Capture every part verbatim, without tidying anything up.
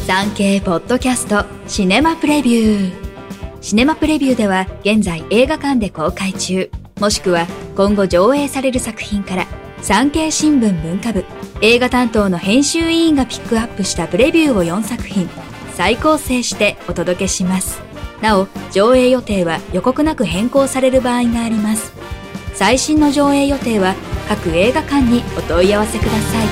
産経ポッドキャストシネマプレビュー。シネマプレビューでは現在映画館で公開中、もしくは今後上映される作品から産経新聞文化部映画担当の編集委員がピックアップしたプレビューをよんさく品再構成してお届けします。なお、上映予定は予告なく変更される場合があります。最新の上映予定は各映画館にお問い合わせください。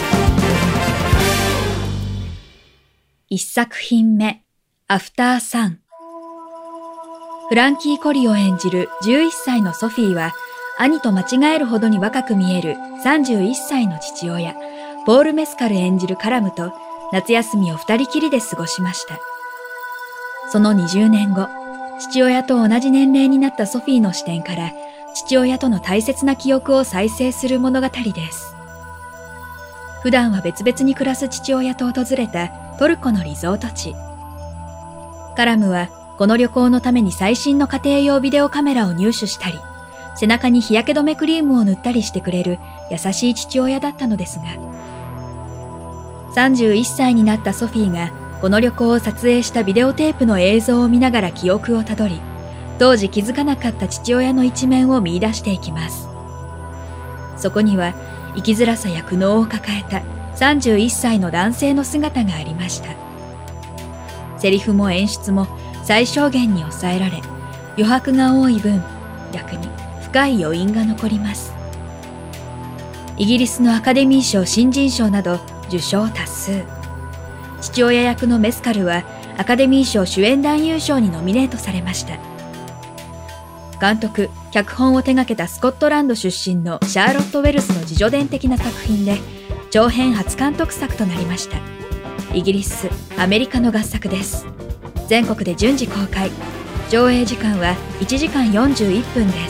一作品目、アフターサン。フランキー・コリを演じるじゅういっさいのソフィーは、兄と間違えるほどに若く見えるさんじゅういっさいの父親、ポール・メスカル演じるカラムと夏休みを二人きりで過ごしました。そのにじゅうねんご、父親と同じ年齢になったソフィーの視点から、父親との大切な記憶を再生する物語です。普段は別々に暮らす父親と訪れたトルコのリゾート地。カラムはこの旅行のために最新の家庭用ビデオカメラを入手したり、背中に日焼け止めクリームを塗ったりしてくれる優しい父親だったのですが、さんじゅういっさいになったソフィーがこの旅行を撮影したビデオテープの映像を見ながら記憶をたどり、当時気づかなかった父親の一面を見出していきます。そこには生きづらさや苦悩を抱えたさんじゅういっさいの男性の姿がありました。セリフも演出も最小限に抑えられ、余白が多い分、逆に深い余韻が残ります。イギリスのアカデミー賞新人賞など受賞多数。父親役のメスカルはアカデミー賞主演男優賞にノミネートされました。監督、脚本を手掛けたスコットランド出身のシャーロット・ウェルズの自叙伝的な作品で、長編初監督作となりました。イギリス、アメリカの合作です。全国で順次公開。上映時間はいちじかんよんじゅういっぷんです。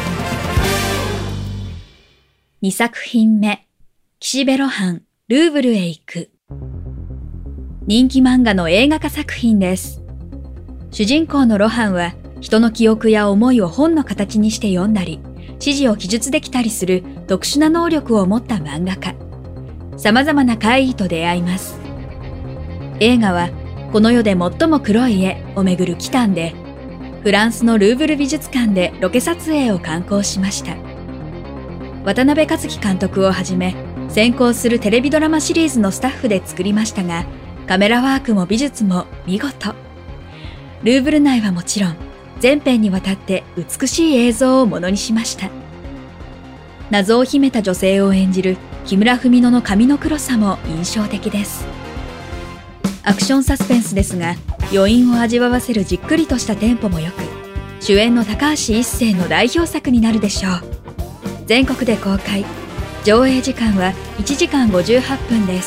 にさく品目、岸辺露伴、ルーブルへ行く。人気漫画の映画化作品です。主人公の露伴は、人の記憶や思いを本の形にして読んだり、指示を記述できたりする特殊な能力を持った漫画家。様々な怪異と出会います。映画は、この世で最も黒い絵をめぐる奇譚で、フランスのルーブル美術館でロケ撮影を敢行しました。渡辺和樹監督をはじめ、先行するテレビドラマシリーズのスタッフで作りましたが、カメラワークも美術も見事。ルーブル内はもちろん、全編にわたって美しい映像をものにしました。謎を秘めた女性を演じる木村文乃の髪の黒さも印象的です。アクションサスペンスですが、余韻を味わわせるじっくりとしたテンポも良く、主演の高橋一生の代表作になるでしょう。全国で公開。上映時間はいちじかんごじゅうはっぷんです。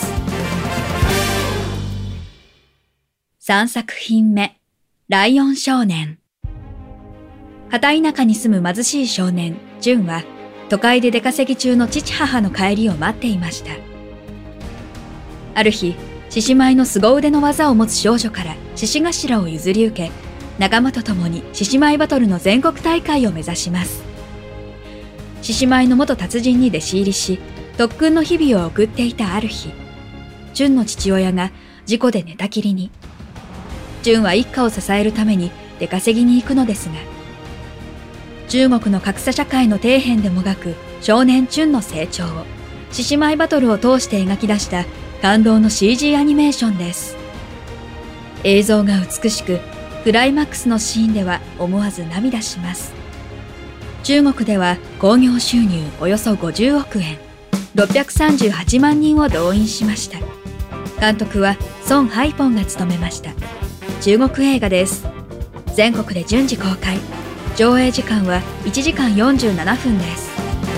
さんさく品目、ライオン少年。片田舎に住む貧しい少年、ジュンは、都会で出稼ぎ中の父母の帰りを待っていました。ある日、獅子舞の凄腕の技を持つ少女から獅子頭を譲り受け、仲間と共に獅子舞バトルの全国大会を目指します。獅子舞の元達人に弟子入りし、特訓の日々を送っていたある日、ジュンの父親が事故で寝たきりに。ジュンは一家を支えるために出稼ぎに行くのですが、中国の格差社会の底辺でもがく少年チュンの成長を、獅子舞バトルを通して描き出した感動の シージー アニメーションです。映像が美しく、クライマックスのシーンでは思わず涙します。中国では興行収入およそごじゅうおくえん、ろっぴゃくさんじゅうはちまんにんを動員しました。監督はソン・ハイポンが務めました。中国映画です。全国で順次公開。上映時間はいちじかんよんじゅうななふんです。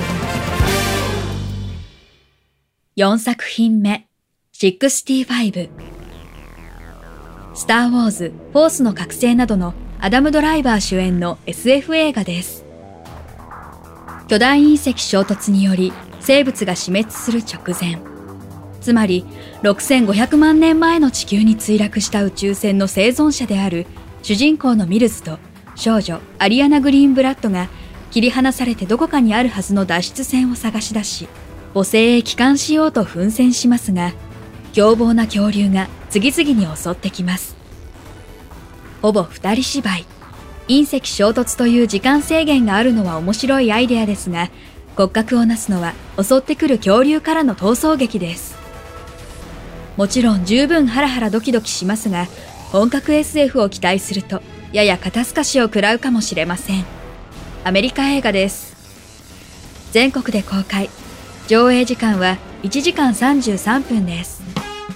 よんさく品目、ろくじゅうご。スター・ウォーズ、フォースの覚醒などのアダム・ドライバー主演の エスエフ 映画です。巨大隕石衝突により生物が死滅する直前、つまりろくせんごひゃくまんねんまえの地球に墜落した宇宙船の生存者である主人公のミルズと少女アリアナ・グリーンブラッドが切り離されてどこかにあるはずの脱出船を探し出し、母星へ帰還しようと奮戦しますが、凶暴な恐竜が次々に襲ってきます。ほぼ二人芝居。隕石衝突という時間制限があるのは面白いアイデアですが、骨格をなすのは襲ってくる恐竜からの逃走劇です。もちろん十分ハラハラドキドキしますが、本格 エスエフ を期待するとやや肩透かしを食らうかもしれません。アメリカ映画です。全国で公開。上映時間はいちじかんさんじゅうさんぷんです。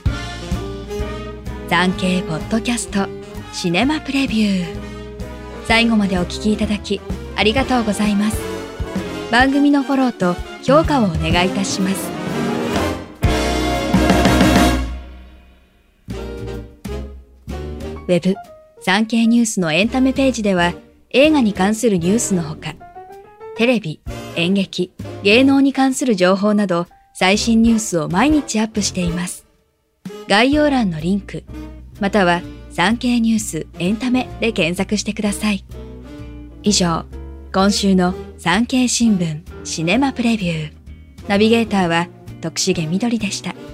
産経ポッドキャストシネマプレビュー。最後までお聞きいただきありがとうございます。番組のフォローと評価をお願いいたします。ウェブ産経ニュースのエンタメページでは映画に関するニュースのほか、テレビ、演劇、芸能に関する情報など最新ニュースを毎日アップしています。概要欄のリンク、または産経ニュースエンタメで検索してください。以上、今週の産経新聞シネマプレビュー。ナビゲーターは徳重みどりでした。